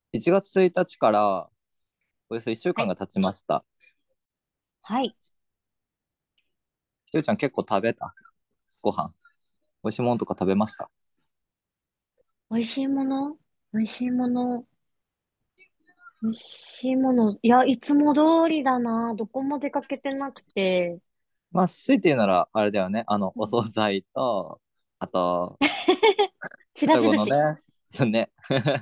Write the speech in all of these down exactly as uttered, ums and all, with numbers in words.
いちがつついたちからおよそ1週はい。 間が経ちました。 はい。 ひとりちゃん結構食べたご飯。美味しいものとか食べました？ 美味しいもの美味しいもの美味しいもの。いや、いつも通りだな。どこも出かけてなくて。 まあ、強いて言うなら、あれだよね。あの、おうん。 惣菜と、あと、 ちら双子のね、 し寿司。 そうね、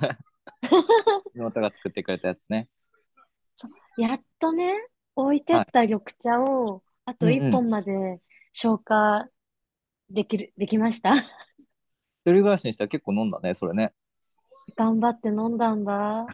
妹が作ってくれたやつね。 そうやっとね、置いてっはい。 た緑茶を、あと一うんうん。 本まで消化できる、できました。 一人暮らしにしては結構飲んだね、それね。 頑張って飲んだんだ。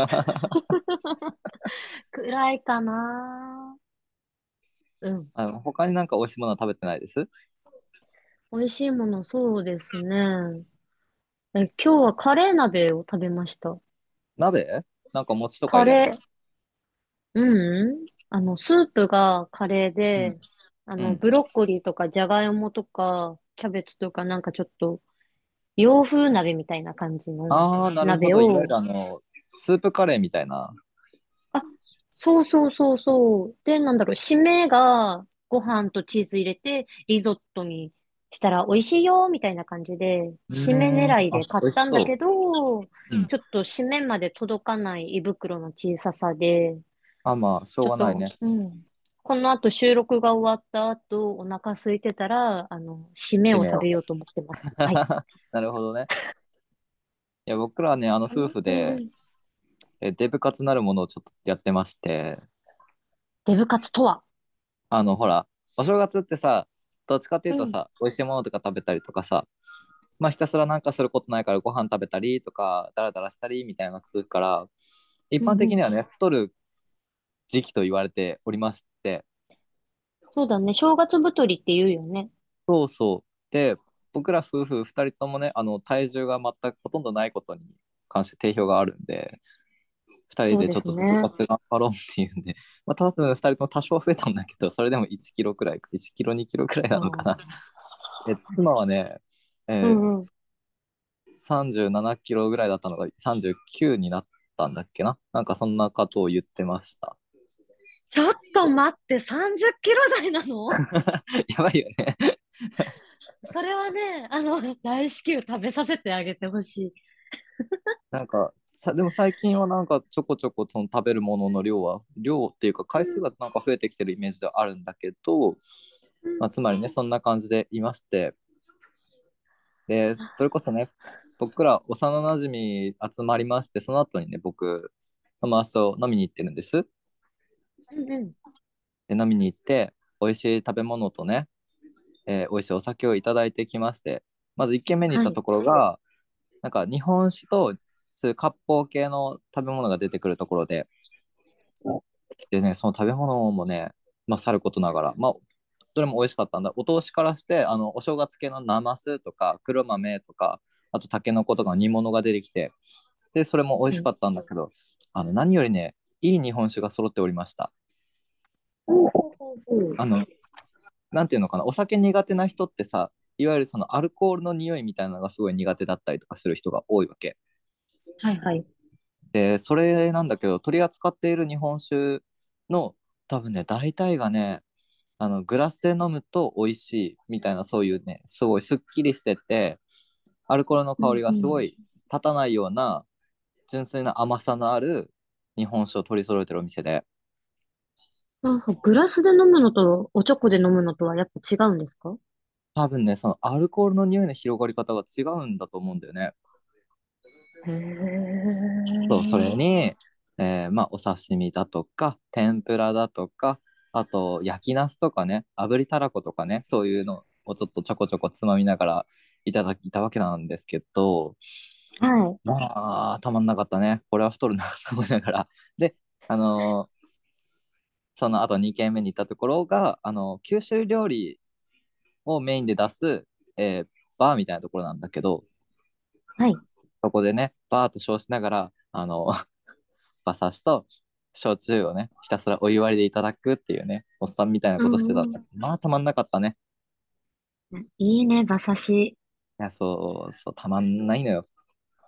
くらいかな。うん。 あの、他になんか美味しいものは食べてないです？ 美味しいもの、そうですね。え、今日はカレー鍋を食べました。 鍋なんか餅とか入れんの？ カレー、うん、あの、スープがカレーうん。 で、あの、 うん。 ブロッコリーとかジャガイモとか、キャベツとかなんかちょっと、洋風鍋みたいな感じのああ、なるほど。いわゆ鍋を、 るあの、スープカレーみたいな。 あ、そうそうそうそう。で、なんだろう、締めがご飯とチーズ入れてリゾットにしたら美味しいよ、みたいな感じで、 う締めーん。あ、 狙いで買っ美味しそたんだけど、 う。うん。 ちょっと締めまで届かない胃袋の小ささで、 あ、まあ、しょうちょっと、 がないね。 うん。この後収録が終わった後、お腹空いてたら、あの、締めを締めを。 食べようと思ってます。はい。 なるほどね。いや、僕らはね、あの、夫婦で、 うん。 え、デブ活なるものをちょっとやってまして、 デブカツとは？ あの、ほら、お正月ってさ、どっちかっていううん。 とさ、美味しいものとか食べたりとかさ、まあひたすらなんかすることないからご飯食べたりとか、ダラダラしたりみたいなのが続くから、一般うんうん。 的にはね、太る時期と言われておりまして、 そうだね。正月太りって言うよね。 そうそう。で、僕ら夫婦二人ともね、あの、体重が全くほとんどないことに関して定評があるんで、二人そうででちょっと部すね。 活頑張ろうっていうんで、まあ、多分二人とも多少増えたんだけど、それでもいちキロくらい、いちキロ、にキロくらいなのかな。 ああ。 え、妻はね、えーうんうん。 さんじゅうななキロぐらいだったのがさんじゅうきゅうになったんだっけな。なんかそんなことを言ってました。 ちょっと待って、さんじゅっキロ台なの？ やばいよね。 それはね、あの、大至急食べさせてあげてほしい。 なんか、さ、でも最近はなんかちょこちょこその食べるものの量は、量っていうか回数うん。 がなんか増えてきてるイメージではあるんだけど、まあ、つまりね、そんな感じでいまして、で、それこそね、僕ら幼馴染集まりまして、その後にね、僕、友達と飲みに行ってるんです。 うんうん。 で、飲みに行って、美味しい食べ物とね、えー美味しいお酒をいただいてきまして、まずいっ軒目に行っはい。 たところが、なんか日本酒と、そういう割烹系の食べ物が出てくるところで、でね、その食べ物もね、まあ、さることながら、まあ、どれも美味しかったんだ。お通しからして、あの、お正月系のなますとか、黒豆とか、あと、タケノコとか煮物が出てきて、で、それも美味うん。 しかったんだけど、あの、何よりね、いい日本酒が揃っておりました。 ほうほうほうほう。 あの、なんていうのかな、お酒苦手な人ってさ、いわゆるそのアルコールの匂いみたいなのがすごい苦手だったりとかする人が多いわけ。 はいはい。 で、それなんだけど、取り扱っている日本酒の多分ね、大体がね、あの、グラスで飲むと美味しいみたいな、そういうね、すごいすっきりしてて、アルコールのう香りんうん。 がすごい立たないような、純粋な甘さのある日本酒を取り揃えてるお店で、 なんかグラスで飲むのとおちょこで飲むのとはやっぱ違うんですか？ 多分ね、そのアルコールの匂いの広がり方が違うんだと思うんだよね。 へえ。 そう、それに、えーまあ、お刺身だとか、天ぷらだとか、あと、焼きナスとかね、炙りたらことかね、そういうのをちょっとちょこちょこつまみながらいただいたわけなんですけど、 はい。 まあ、たまんなかったね。これは太るなと思いながら。で、あのーその後に軒目に行ったところが、あの九州料理をメインで出す、えーバーみたいなところなんだけど、 はい。 そこでね、バーと称しながら、あの、馬刺しと焼酎をね、ひたすらお湯割りでいただくっていうね、おっさんみたいなうことしてたんだんうけど、まあ、たまんなかったね。 ん。いいね、馬刺し。 いや、そう、そう、たまんないのよ。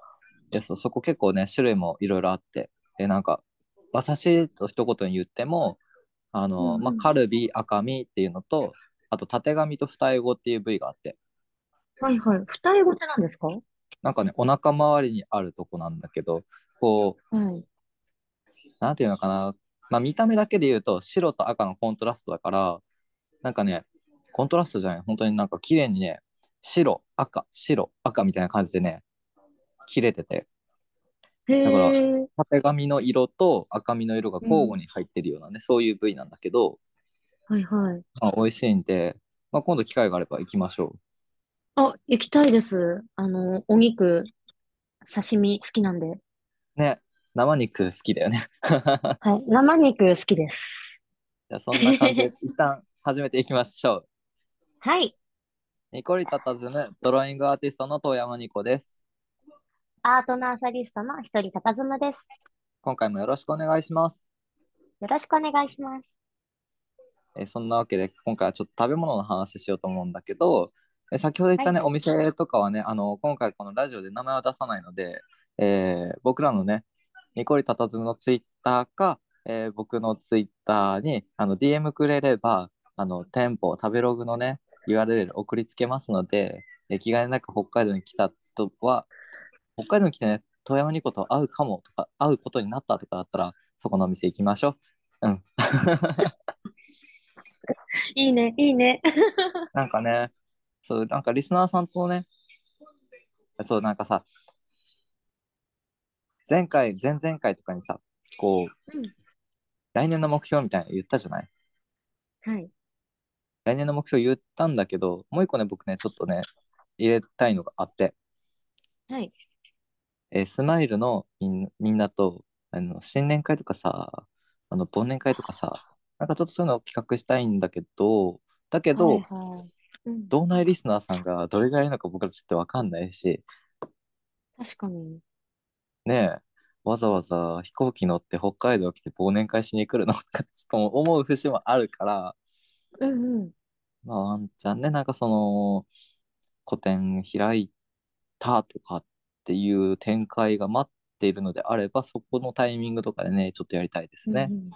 いや、そう、そこ結構ね、種類もいろいろあって、え、なんか、馬刺しと一言に言っても、あの、まあ、 うんうん。 カルビ、赤身っていうのと、あと、たてがみと二重子っていう部位があって、 はいはい。二重ごてなんですか？はなんかね、お腹周りにあるとこなんだけど、こう、 い。 なんていうのかな、まあ、見た目だけで言うと、白と赤のコントラストだから、なんかね、コントラストじゃない、本当になんか綺麗にね、白、赤、白、赤みたいな感じでね、切れてて、 へだから、 え。 たてがみの色と赤身の色がうん。 交互に入ってるようなね、そういう部位なんだけど、 はいはい。 まあ、美味しいんで、まあ、今度機会があれば行きましょあ、行きたいです。あの、お肉、刺身好きなんで。 う。ね、生肉好きだよね。 はい。生肉好きです。 じゃあそんな感じで、一旦始めていきましょう。 はい。 ニコリたたずむドローイングアーティストの遠山ニコです。 アートナーサリストの一人佇むです。 今回もよろしくお願いします。 よろしくお願いします。 えーそんなわけで、今回はちょっと食べ物の話しようと思うんだけど、えー先ほど言ったね、おはいはい。 店とかはね、あの、今回このラジオで名前を出さないので、えー僕らのね、ニコリたたずむのツイッターか、えー僕のツイッターにあの ディーエム くれれば、あの、店舗、食べログのね、ユーアールエル 送りつけますので、えー気兼ねなく北海道に来た人は、北海道に来てね、富山ニコと会うかもとか、会うことになったとかだったら、そこのお店行きましょう。うん。 いいね、いいね。 なんかね、そう、なんかリスナーさんとね、そう、なんかさ、前回、前々回とかにさ、こう、 うん。 来年の目標みたいなの言ったじゃない。 はい。 来年の目標言ったんだけど、もう一個ね、僕ね、ちょっとね、入れたいのがあって、 はい。 えースマイルのみんみんなと、あの、新年会とかさ、あの、忘年会とかさ、なんかちょっとそういうのを企画したいんだけど、だけはいど、 はい。うん。 道内リスナーさんがどれぐらいいるのか僕らちょっとわかんないし、 確かに。 ねえ、わざわざ飛行機乗って北海道来て忘年会しに来るのかちょっと思う節もあるから、 うんうん。 まあ、ワンチャンね、なんかその、個展開いたとかっていう展開が待っているのであれば、そこのタイミングとかでね、ちょっとやりたいですね。 うんうん。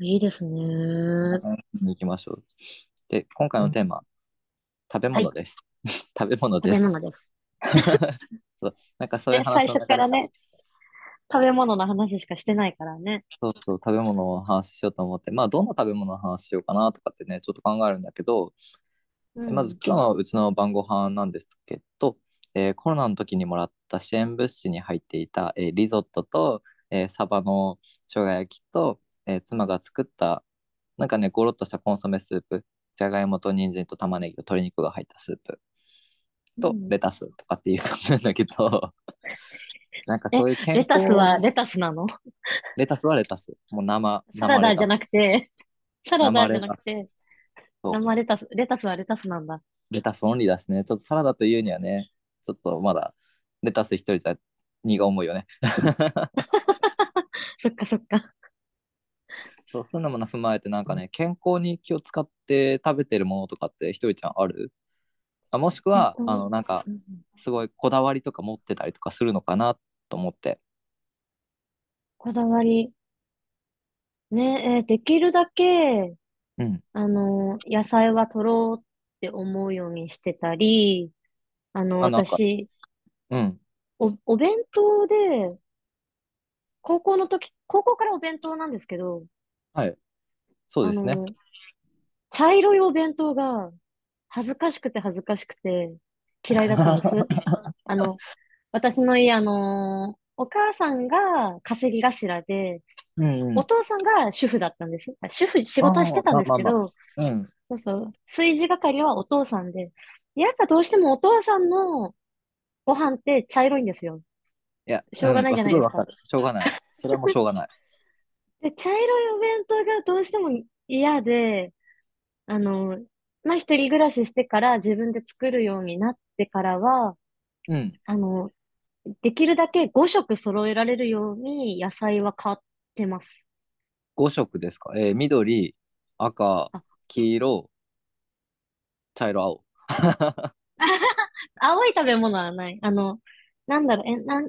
いいですね。う行きましょう。で、今回のテーん。 マ、食べはい。 物です。食べ物食です。 べ物です。 そう、なんかそういうね、最初話の中で、 からね、食べ物の話しかしてないからね。 そうそう、食べ物の話しようと思って、まあ、どんな食べ物の話しようかなとかってね、ちょっと考えるんだけど、まずうん。 今日のうちの晩ご飯なんですけど、えーコロナの時にもらった支援物資に入っていた、えーリゾットと、えーサバの生姜焼きと、えー妻が作ったなんかねゴロッとしたコンソメスープ、じゃがいもと人参と玉ねぎと鶏肉が入ったスープとうん。 レタスとかっていう感じなんだけど、なんかえ、 そういう健レタスは康、 レタスなの？ レタスはレタス、もう生サラダじゃ生レタスなくて、サラダじゃ生レタスなくて、 と生レタス、レタスはレタスなんだ。 レタスオンリーだしね、ちょっとサラダというにはね、ちょっとまだレタス一人じゃ荷が重いよね。 そっかそっか。 そう、そういうのも踏まえて、なんかね、健康に気を使って食べてるものとかってひとりちゃんある？あ、もしくは、あ健康。 の、なんか、 うん。 すごいこだわりとか持ってたりとかするのかなと思って。 こだわり。ね、えーできるだけ、 うん。 あの、野菜は取ろうって思うようにしてたり、あの、 あ、なんか、 私、 うん。 お、お弁当で、高校の時、高校からお弁当なんですけど、 はい。そうですね。 あの、茶色いお弁当が恥ずかしくて恥ずかしくて嫌いだったんです。あの、私の家、あの、お母さんが稼ぎ頭で、 うんうん。 お父さんが主婦だったんです。あ主婦、仕ああ、 事はしてたんまあまあまあ。 ですけど、 うん。 そうそう、炊事係はお父さんで、やっぱどうしてもお父さんのご飯って茶色いんですよ。 いや、 しょうがないうん、 じゃないですか。 すごいわかる。しょうがない。それはもうしょうがない。 で、茶色いお弁当がどうしても嫌で、あの、まあ、一人暮らししてから自分で作るようになってからは、 うん。 あの、できるだけご食揃えられるように野菜は買ってます。 ご色ですか？えー緑、赤、 あ、 黄色、茶色、青。 青い食べ物はない。あの、なんだろう、え、なん、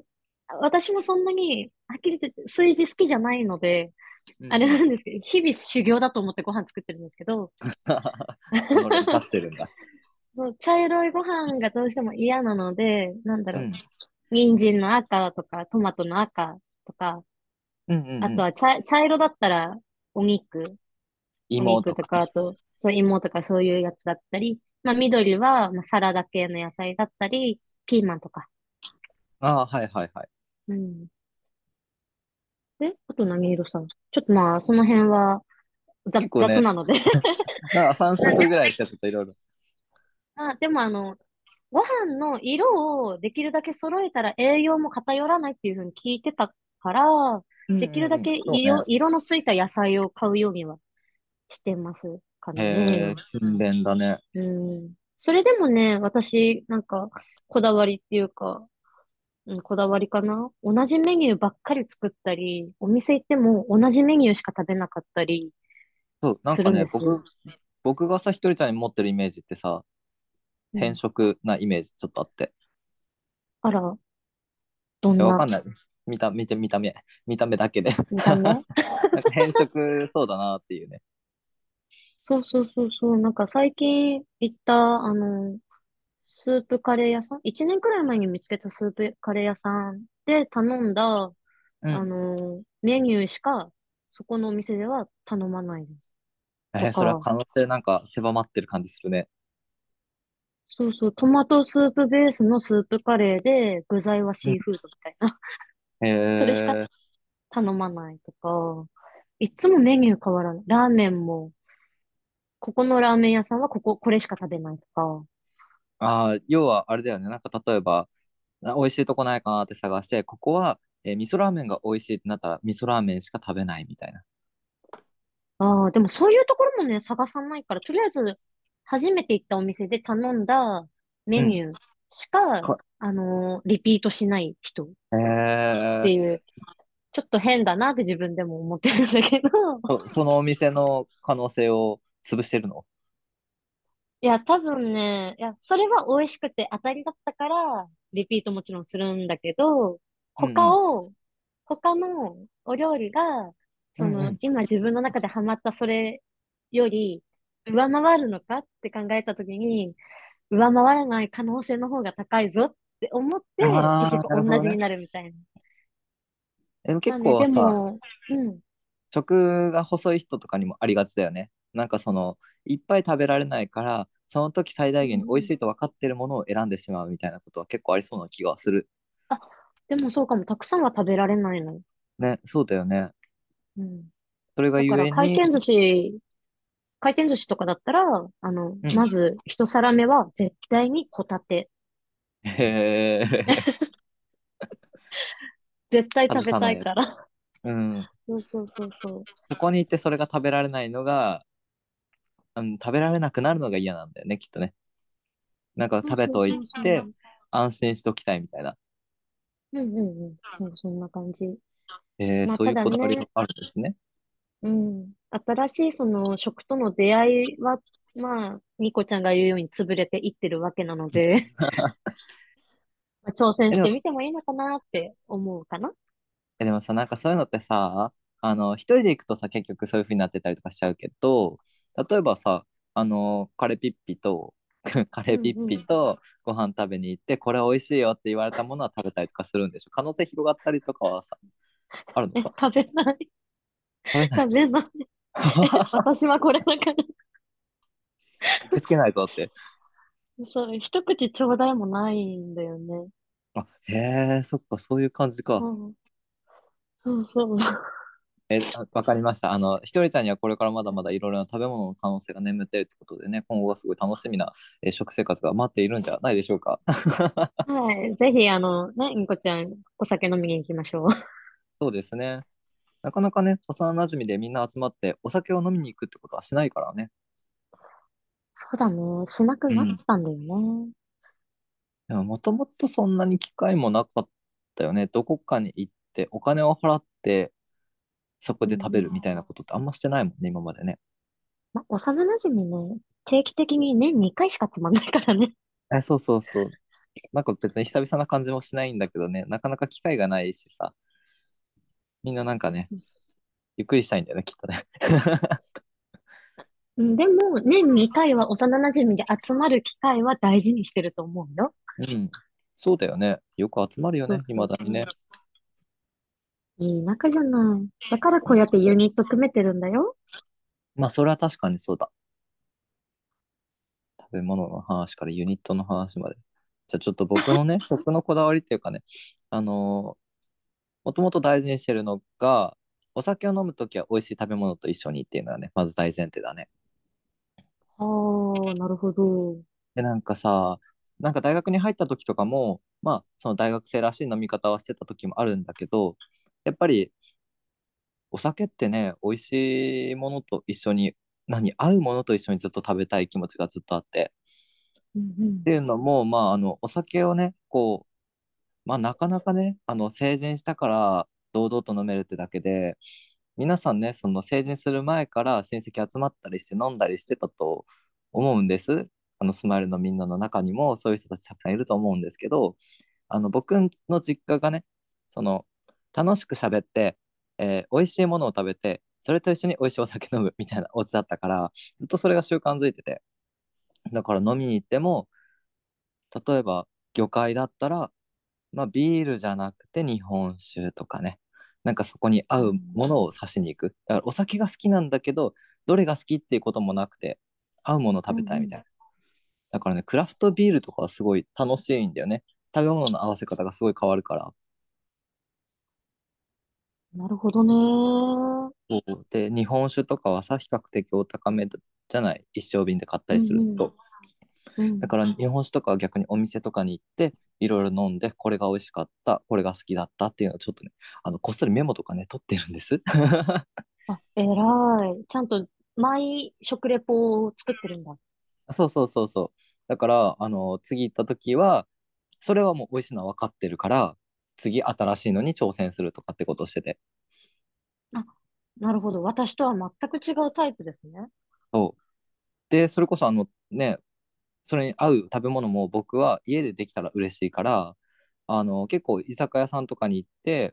私もそんなに、はっきり言って炊事好きじゃないので、あれうんうん。 なんですけど、日々修行だと思ってご飯作ってるんですけど、 己を生かしてるんだ。 そう茶色いご飯がどうしても嫌なので、なんだろう、 うん。 人参の赤とか、トマトの赤とか、 うんうんうん。 あとは茶、茶色だったらお肉、お肉とか、 妹とかね。 あと、そう芋とかそういうやつだったり、まあ緑は、まあ、サラダ系の野菜だったり、ピーマンとか。 ああ、はいはいはい。 うん。で、あと何色さんちょっとまあ、その辺は雑、 結構ね、 雑なのでなんかさんなんで、 色ぐらいしかちょっといろいろ。 まあ、でもあの、ご飯の色をできるだけ揃えたら栄養も偏らないっていうふうに聞いてたから、 うんできるだうんうん。 け色、 そうね。 色のついた野菜を買うようにはしてますかへね。 え、勤勉だね。 うん。それでもね、私、なんか、こだわりっていうか、うん、こだわりかな同じメニューばっかり作ったり、お店行っても同じメニューしか食べなかったりそう、なんすかね、 るんですよ。 僕、僕がさ、ひとりちゃんに持ってるイメージってさ、変うん。 色なイメージちょっとあって。 あら、どえ、 んなわかんない。見た、見て、見た目、見た目だけで見た目なんか変色そうだなっていうね。 そうそうそうそう。なんか最近行った、あの、スープカレー屋さん一年くらい前に見つけたスープカレー屋さんで頼んだ、あうん。 の、メニューしか、そこのお店では頼まないです。とえーそれはか、 可能性なんか狭まってる感じするね。 そうそう、トマトスープベースのスープカレーで、具材はうん。 シーフードみたいな。 へそれしかえ。 頼まないとか、いつもメニュー変わらない。ラーメンも、ここのラーメン屋さんはここ、これしか食べないとか。 ああ、要はあれだよね。なんか例えば、あ美味しいとこないかなって探して、ここは、えー味噌ラーメンが美味しいってなったら、味噌ラーメンしか食べないみたいな。 ああ、でもそういうところもね、探さないから、とりあえず、初めて行ったお店で頼んだメうん。 ニューしか、 かあのーリピートしない人っへえ。 ていう、ちょっと変だなって自分でも思ってるんだけど、 そ、そのお店の可能性を潰してるの？ いや、多分ね、いや、それは美味しくて当たりだったから、リピートもちろんするんだけど、 うんうん。 他を、他のお料理が、その、 うんうん。 今自分の中でハマったそれより、上回るのかって考えたときに、上回らない可能性の方が高いぞって思って、結ああ、 局なるほどね。 同じになるみたいな。 でも結まあね、で構さ、 も、うん、 食が細い人とかにもありがちだよね。なんかその、いっぱい食べられないから、その時最大限に美味うんうん。 しいと分かってるものを選んでしまうみたいなことは結構ありそうな気がする。 あ、でもそうかも、たくさんは食べられないの。 ね、そうだよね。 うん。 それがだからゆえに、 回転寿司回転寿司とかだったら、あの、 うん。 まず一皿目は絶対にホタテ。 へえ、 絶対食べた外さないやつ。 いから。 うん。 そうそうそうそそこに行ってそれが食べられないのが、うん、食べられなくなるのが嫌なんだよね、きっとね。なんかう。そうそう食べといそうそて、 う。 安心しておきたいみたいな。 うんうんうん。そう、そんな感じ。 えー、 まあ、 そういうこだわりただね、 があるんですね。 うん。新しいその食との出会いは、まあ、ニコちゃんが言うように潰れていってるわけなので、まあ、挑戦え、でも、 してみてもいいのかなって思うかな。 え、でもさ、なんかそういうのってさ、あの、一人で行くとさ、結局そういう風になってたりとかしちゃうけど、例えばさ、あの、カレピッピと、カレピッうんうん。 ピとご飯食べに行って、これ美味しいよって言われたものは食べたりとかするんでしょ？可能性広がったりとかはさ、あるのえ、 さ。 食べない。 食べない。 食べない。え、私はこれだから。 受け付けないぞって。 そう、一口ちょうだいもないんだよね。 あ、へえ、そっか、そういう感じか。 うん。そうそうそう。 え、あわかりました。あの、ひとりちゃんにはこれからまだまだいろいろな食べ物の可能性が眠っているってことでね、今後はすごい楽しみな、えー食生活が待っているんじゃないでしょうか。 はい。ぜひ、あの、ね、んこちゃん、お酒飲みに行きましょう。 そうですね。なかなかね、幼馴染でみんな集まってお酒を飲みに行くってことはしないからね。 そうだね。しなくなっうん。 たんだよね。 でももともとそんなに機会もなかったよね。どこかに行ってお金を払ってそこうんで食うん。 べるみたいなことってあんましてないもんね、今までね。 ま、幼馴染ね、定期的に年にかいしか集まんないからね。 あ、そうそうそう。なんか別に久々な感じもしないんだけどね、なかなか機会がないしさ、みんななんかね、ゆっくりしたいんだよね、きっとね。 うん、でも、年にかいは幼馴染で集まる機会は大事にしてると思うよ。 うん。そうだよね。よく集まるよね、 そうそうそう。 未だにね。 いい仲じゃない。だからこうやってユニット組めてるんだよ。 まあ、それは確かにそうだ。食べ物の話からユニットの話まで。じゃあちょっと僕のね、僕のこだわりっていうかね、あのーもともと大事にしてるのが、お酒を飲むときは美味しい食べ物と一緒にっていうのはね、まず大前提だね。 ああ、なるほど。 で、なんかさ、なんか大学に入った時とかも、まあ、その大学生らしい飲み方はしてた時もあるんだけど、やっぱりお酒ってね、美味しいものと一緒に、何、合うものと一緒にずっと食べたい気持ちがずっとあって。 うんうん。 っていうのも、まあ、あの、お酒をね、こう、まあ、なかなかね、あの、成人したから堂々と飲めるってだけで、皆さんね、その成人する前から親戚集まったりして飲んだりしてたと思うんです。あの、スマイルのみんなの中にもそういう人たちたくさんいると思うんですけど、あの、僕の実家がね、その、楽しく喋って、えー美味しいものを食べて、それと一緒に美味しいお酒飲むみたいなお家だったから、ずっとそれが習慣づいてて。だから飲みに行っても、例えば魚介だったら、まあ、ビールじゃなくて日本酒とかね。なんかそこに合うものを指しに行く。だからお酒が好きなんだけど、どれが好きっていうこともなくて、合うものを食うんうん。 べたいみたいな。だからね、クラフトビールとかはすごい楽しいんだよね。食べ物の合わせ方がすごい変わるから。 なるほどね。 そうで、日本酒とかはさ、比較的お高めじゃない。一升瓶で買ったりすうんうん。 ると。 うん。 だから日本酒とかは逆にお店とかに行って、いろいろ飲んで、これが美味しかった、これが好きだったっていうのをちょっとね、あの、こっそりメモとかね、取ってるんです。 あ、偉い。ちゃんと、マイ食レポを作ってるんだ。 そうそうそうそう。だから、あの、次行った時は、それはもう美味しいのは分かってるから、次新しいのに挑戦するとかってことをしてて。 あ、なるほど。私とは全く違うタイプですね。 そう。で、それこそあのね、それに合う食べ物も僕は家でできたら嬉しいから、あの、結構居酒屋さんとかに行って、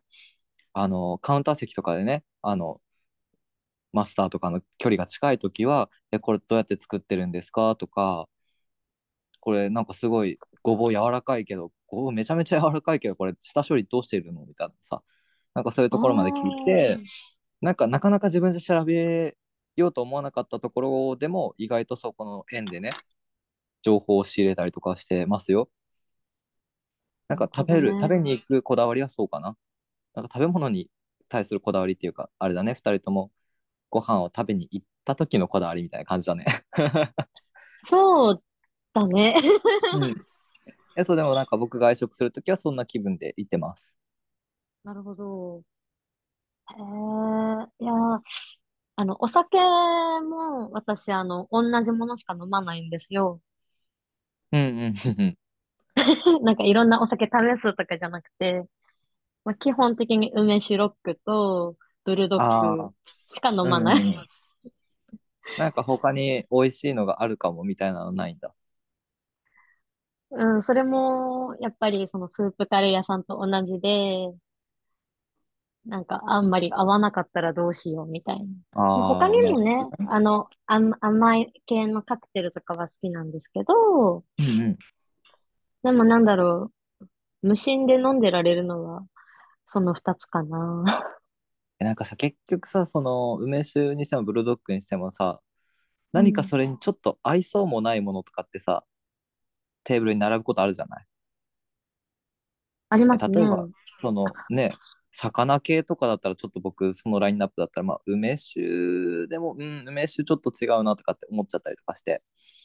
あの、カウンター席とかでね、あの、マスターとかの距離が近い時は、え、これどうやって作ってるんですかとか、これなんかすごいごぼう柔らかいけど、ごぼうめちゃめちゃ柔らかいけど、これ下処理どうしてるのみたいなさ、なんかそういうあところまで聞いあ、 て、なんかなかなか自分で調べようと思わなかったところでも、意外とそこの縁でね、情報を仕入れたりとかしてますよ。なんなるか食べる、食ほどね。 べに行くこだわりはそうかな。なんか食べ物に対するこだわりっていうか、あれだね、二人ともご飯を食べに行った時のこだわりみたいな感じだね。 そうだね。 うん。え、そう、でもなんか僕が外食するときはそんな気分で行ってます。 なるほど。へえ、いや、あの、お酒も私、あの、同じものしか飲まないんですよ。 うんうんうんうん。 なんかいろんなお酒試すとかじゃなくて、まあ、基本的に梅酒ロックとブルドッグああ、 しか飲うまない。 んうん。なんか他に美味しいのがあるかもみたいなのないんだ。 うん、それも、やっぱりそのスープカレー屋さんと同じで、なんかあんまり合わなかったらどうしようみたいな。まあ、他ああ、 になるもね、 ほどね。 あの、甘甘い系のカクテルとかは好きなんですけど、 うんうん。 でもなんだろう、無心で飲んでられるのは、その二つかな。 えなんかさ、結局さ、その梅酒にしてもブルドッグにしてもさ、 うん。 何かそれにちょっと合いそうもないものとかってさ、テーブルに並ぶことあるじゃない。 ありますね。 え例えば、そのね、魚系とかだったらちょっと僕、そのラインナップだったら、まあ、梅酒でも、うん、梅酒ちょっと違うなとかって思っちゃったりとかして、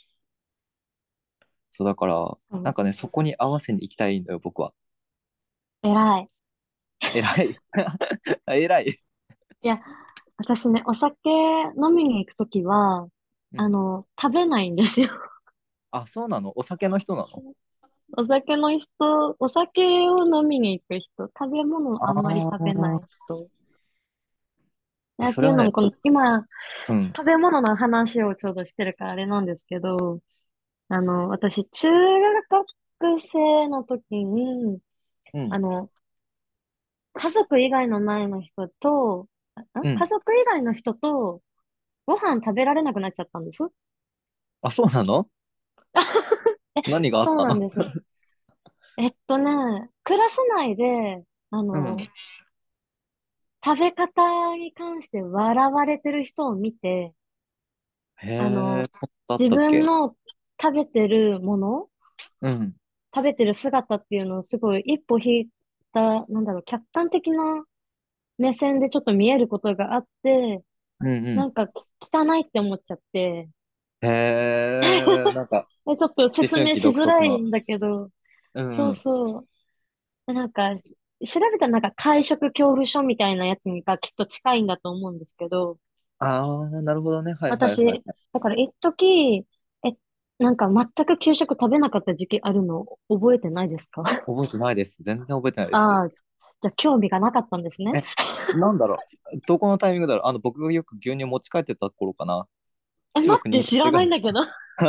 そうだから、 うん、 なんかね、そこに合わせに行きたいのよ、僕は。 偉い。 偉い。偉い。 いや、私ね、お酒飲みに行くときは、 うん。 あの、食べないんですよ。 あ、そうなの？お酒の人なの？ お酒の人、お酒を飲みに行く人、食べ物ああんまり食べなあ。 い人。いえ、 や、っそれはね、 ていうのも、この、今、 うん。 食べ物の話をちょうどしてるからあれなんですけど、 あの、私、中学生の時に、 うん。 あの、家族以外の前の人と、んうん。 家族以外の人とご飯食べられなくなっちゃったんです。 あ、そうなの？何があったの？ そうなんです。えっとね、クラス内で、あうん。 の、食べ方に関して笑われてる人を見て、 へえ、 あの、 そんなあっ自たっけ？ 分の食べてるもの、 うん。 食べてる姿っていうのをすごい一歩引いた、なんだろう、客観的な目線でちょっと見えることがあって、 うんうん。 なんかき汚いって思っちゃって、 へえ、なんか、 でちょっと思春期説明しづ独特の。 らいんだけど、そううんうん。 そう。でなんか、調べたらなんか会食恐怖症みたいなやつにがきっと近いんだと思うんですけど、 ああ、なるほどね。はいはいはい私、 はい。 だから一時、え、なんか全く給食食べなかった時期あるの覚えてないですか？ 覚えてないです。全然覚えてないです。 ああ、じゃあ興味がなかったんですね。 え、なんだろう。どこのタイミングだろう。あの、僕がよく牛乳持ち帰ってた頃かな。 え、 中学2 待って、知ら年生ぐらい。 ないんだけど。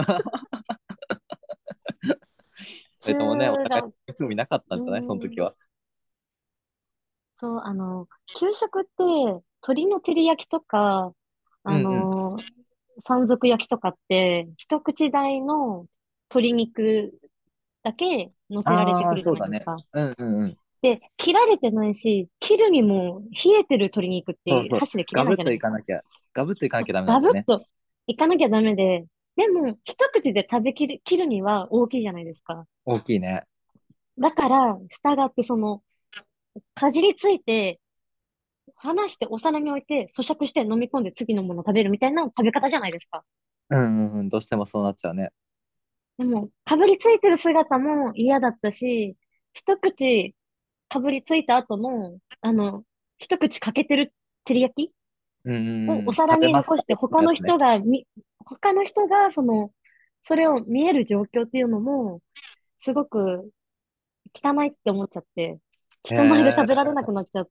それともね、お中互学、 い興味なかったんうじゃないその時ん、 は。 そう、あの、給食って、鶏の照り焼きとか、あうんうん。 の、山賊焼きとかって、一口大の鶏肉だけ乗せられてああ、 くるじゃそうだね。 ないですか。 うんうんうん。 で、切られてないし、切るにも冷えてる鶏肉ってそうそう。 箸で切れガブッとないじゃないですか。 いかなきゃ、ガブッといかなそう、 きゃダメなんだよね。 ガブッといかなきゃダメで、でも、一口で食べきる、切るには大きいじゃないですか。 大きいね。 だから、従ってその、かじりついて、離してお皿に置いて、咀嚼して飲み込んで次のものを食べるみたいな食べ方じゃないですか。 うんうんうん。どうしてもそうなっちゃうね。 でも、かぶりついてる姿も嫌だったし、一口かぶりついた後の、あの、一口かけてる照り焼きうんうんうん。 をお皿食べましたに残して他の的なやつね。 人がみ、他の人がその、それを見える状況っていうのも、すごく汚いって思っちゃって、 へ人前で食べられえ。 なくなっちゃって、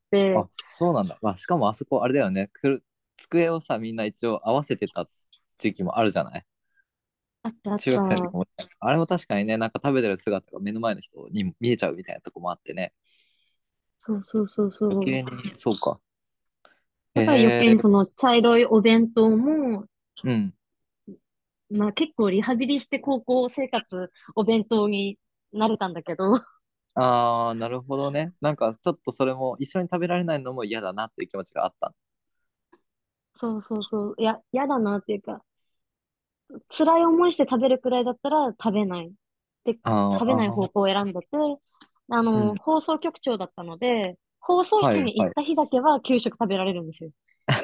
あ、そうなんだ。まあ、しかもあそこ、あれだよね。くる机をさ、みんな一応合わせてた時期もあるじゃない。 あったあっ中学生の時た。 も。あれも確かにね、なんか食べてる姿が目の前の人に見えちゃうみたいなとこもあってね。 そうそうそうそう。 余計に、そうか。へだから余計にえ。 その茶色いお弁当も、 うん。 まあ結構リハビリして高校生活お弁当になれたんだけど、 ああ、なるほどね。なんかちょっとそれも一緒に食べられないのも嫌だなっていう気持ちがあった。 そうそうそう、いや、嫌だなっていうか、辛い思いして食べるくらいだったら食べない。で、 あ食べない方向あ、 を選んでて、あの、 うん。 放送局長だったので、放送室に行っはいはい。 た日だけは給食食べられるんですよ。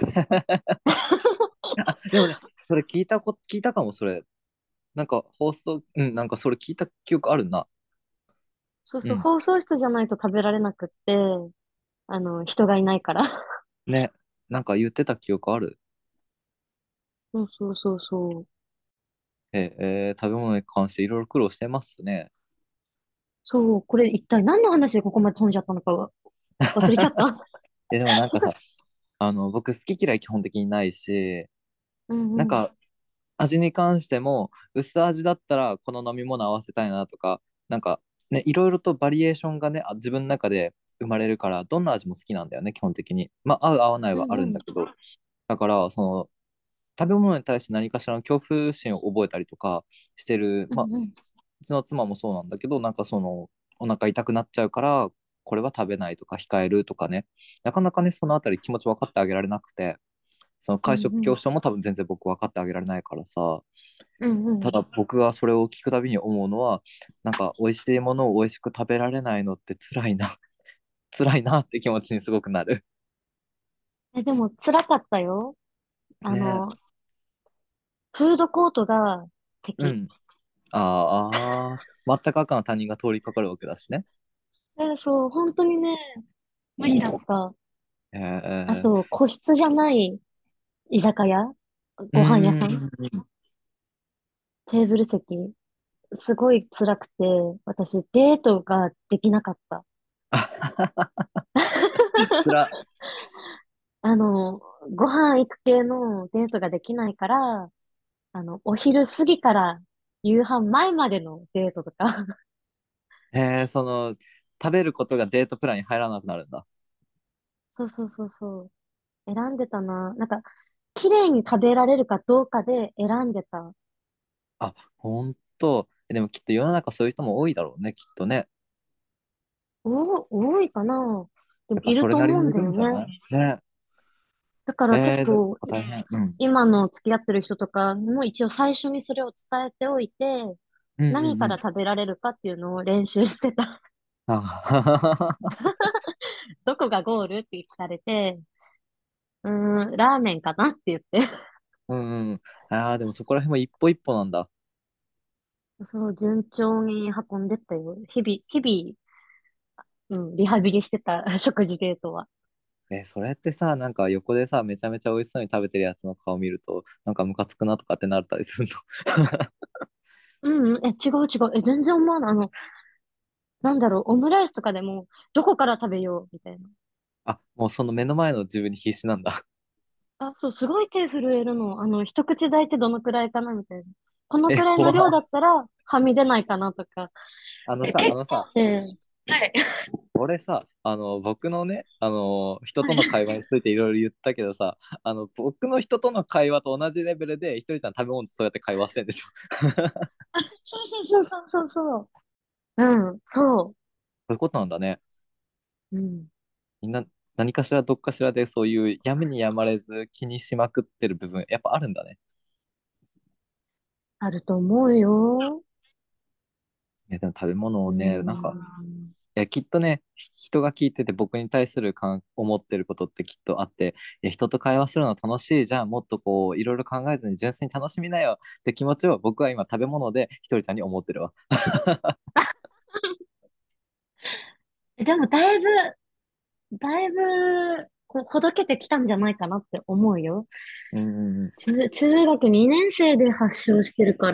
あ、でもね、それ聞いたこ、聞いたかも、それ。なんか放送、うん、なんかそれ聞いた記憶あるな。 そうそう、 うん。 放送室じゃないと食べられなくって、あの、人がいないから。 ね。なんか言ってた記憶ある。 そうそうそうそう。 ええー食べ物に関していろいろ苦労してますね。 そう、これ一体何の話でここまで飛んじゃったのかは忘れちゃった。 え、でもなんかさ、あの、僕好き嫌い基本的にないし、 うんうん。 なんか味に関しても薄味だったらこの飲み物合わせたいなとか、なんかね、いろいろとバリエーションがね、あ自分の中で生まれるから、どんな味も好きなんだよね、基本的に。まあ、合う合わないはあうんうん。 るんだけど、だから、その、食べ物に対して何かしらの恐怖心を覚えたりとかしてる、まあ、 うんうん。 うちの妻もそうなんだけど、なんかその、お腹痛くなっちゃうから、これは食べないとか控えるとかね、なかなかね、そのあたり気持ち分かってあげられなくて、その会食うんうん。 恐怖症も多分全然僕分かってあげられないからさ、 うんうん。 ただ僕がそれを聞くたびに思うのは、なんか美味しいものを美味しく食べられないのって辛いな、辛いなって気持ちにすごくなる。 え、でも辛かったよ。あね。 の、フードコートが敵。 うん。ああ、全く赤な他人が通りかかるわけだしね。 え、そう、本当にね、無理だった。 へえ。 あと、個室じゃない居酒屋、 うご飯屋さん、 ーん。 テーブル席、すごい辛くて、私、デートができなかった。 つら。 あの、ご飯行く系のデートができないから、あの、お昼過ぎから夕飯前までのデートとか。 へえ、その、食べることがデートプランに入らなくなるんだ。 そうそうそうそう。選んでたな。なんか、綺麗に食べられるかどうかで選んでた。 あ、ほんと。えでもきっと世の中そういう人も多いだろうね、きっとね。 お、多いかな。でも、 やっぱいると思うんそれなりにいだよね。 るんじゃないね。 だから結えー、で構、 も大変。うん。 今の付き合ってる人とかも一応最初にそれを伝えておいて、 うんうんうん。 何から食べられるかっていうのを練習してた。 あどこがゴールって聞かれて、うーん、ラーメンかなって言って。 うんうん。ああ、でもそこら辺も一歩一歩なんだ。 そう、順調に運んでったよ。日々、日々、うん、リハビリしてた食事デートは。 え、それってさ、なんか横でさ、めちゃめちゃ美味しそうに食べてるやつの顔見ると、なんかムカつくなとかってなったりするの？ うん、うん、え、違う違う。え、全然思わない。あの、なんだろう、オムライスとかでも、どこから食べようみたいな。 あ、もうその目の前の自分に必死なんだ。 あ、そう、すごい手震えるの。あの、一口大ってどのくらいかなみたいな。このえ、 くらいの量だ怖っ。 ったら、はみ出ないかなとか。え、 あのさ、あ結のさ、 構ね、はい。 俺さ、あの、僕のね、あの、人はい。 との会話についていろいろ言ったけどさ、あの、僕の人との会話と同じレベルで、ひとりちゃん食べ物とそうやって会話してんでしょ？ そうそうそうそうそうそう。うん、そそういうことなんだね。 う。うん。 みんな、何かしらどっかしらでそういうやむにやまれず気にしまくってる部分、やっぱあるんだね。 あると思うよ。 え、でも食べ物うをね、なんか、 ん。 いや、きっとね、人が聞いてて僕に対するかん思ってることってきっとあって、いや、人と会話するの楽しいじゃん、もっとこう、いろいろ考えずに純粋に楽しみなよって気持ちを僕は今食べ物でひとりちゃんに思ってるわ。 でも、だいぶ、だいぶ、こう、ほどけてきたんじゃないかなって思うよ。 うんうんうん。 中、中学にねん生で発症してるから、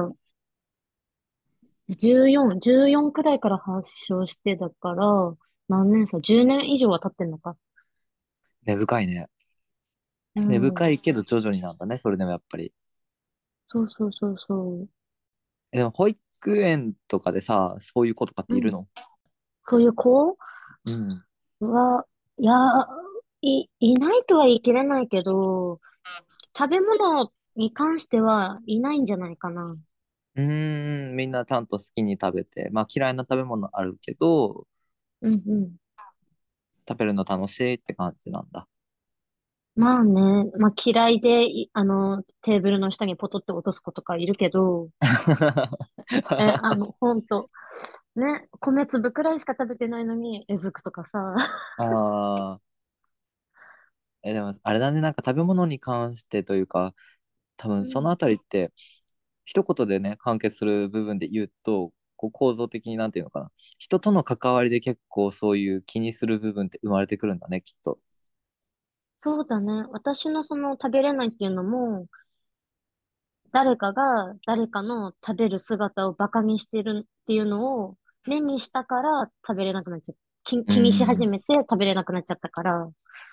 じゅうよん、じゅうよんくらいから発症してだから、何年さ、じゅうねん以上は経ってんのか。 根深いね。 う根深ん。 いけど徐々になんだね、それでもやっぱり。 そうそうそうそえ、でも保育園とかでさ、そういう子とかっう。うん。 ているの？ そういう子うん。 は、いや、い、いないとは言い切れないけど、食べ物に関してはいないんじゃないかな。 うーん、みんなちゃんと好きに食べて、まあ嫌いな食べ物あるけど、 うんうん。 食べるの楽しいって感じなんだ。 まあね、まあ嫌いで、いあの、テーブルの下にポトって落とす子とかいるけど、え、あの、ほんと、ね、米粒くらいしか食べてないのに、えずくとかさ。 ああ、え、でもあれだね、なんか食べ物に関してというか、多分そのうん。 あたりって一言でね、完結する部分で言うと、こう構造的になんていうのかな。人との関わりで結構そういう気にする部分って生まれてくるんだね、きっと。 そうだね。私のその食べれないっていうのも、誰かが誰かの食べる姿をバカにしてるっていうのを目にしたから食べれなくなっちゃった。気、 う気にしん。 始めて食べれなくなっちゃったから。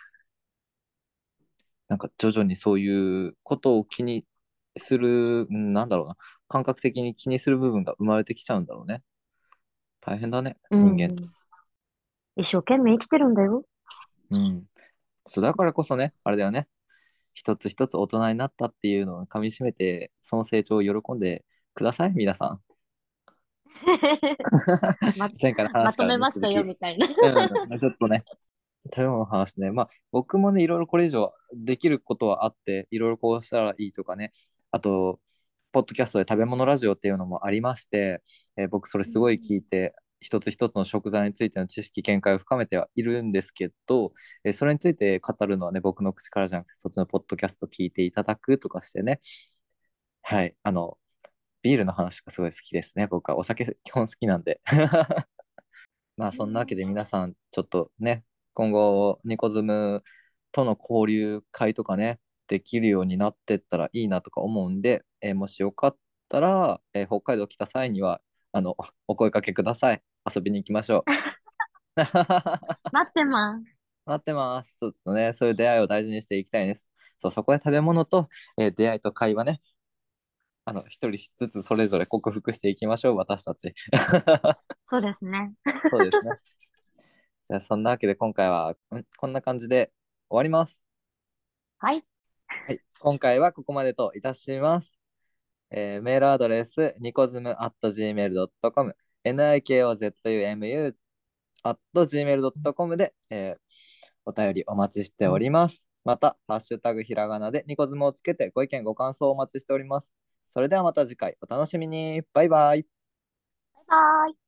なんか徐々にそういうことを気にする、うんなんだろうな。感覚的に気にする部分が生まれてきちゃうんだろうね。大変だね、 う人間って。 ん。一生懸命生きてるんだよ。 うん。そうだからこそね、あれだよね。一つ一つ大人になったっていうのを噛み締めて、その成長を喜んでください、皆さん。 ま、 前回の話からね、 まとめましたよ、 続き。 みたいな。 うん、ちょっとね、食べ物の話ね。まあ、僕もね、いろいろこれ以上できることはあって、いろいろこうしたらいいとかね。あと、ポッドキャストで食べ物ラジオっていうのもありまして、えー僕それすごい聞いて、一つ一つの食材についての知識、見解を深めてはいるんですけど、えーそれについて語るのはね、僕の口からじゃなくて、そっちのポッドキャスト聞いていただくとかしてね。はい。あの、ビールの話がすごい好きですね。僕はお酒基本好きなんで。まあそんなわけで皆さんちょっとね、今後ニコズムとの交流会とかね、できるようになってったらいいなとか思うんで、えーもしよかったら、えー北海道来た際には、あの、お声かけください。遊びに行きましょう。 待ってます。 待ってます。ちょっとね、そういう出会いを大事にしていきたいです。そう、そこで食べ物と、えー出会いと会話ね、 あの、一人ずつそれぞれ克服していきましょう、私たち。 そうですね。 そうですね。じゃあ、そんなわけで今回は、んこんな感じで終わります。 はい。 はい。今回はここまでといたします。えーメールアドレス、ニコズム アット ジーメール ドット コム、nikozumu アット ジーメール ドット コム で、えーお便りお待ちしております。また、ハッシュタグひらがなでニコズムをつけてご意見ご感想をお待ちしております。それではまた次回お楽しみに。バイバイ。 バイバイ。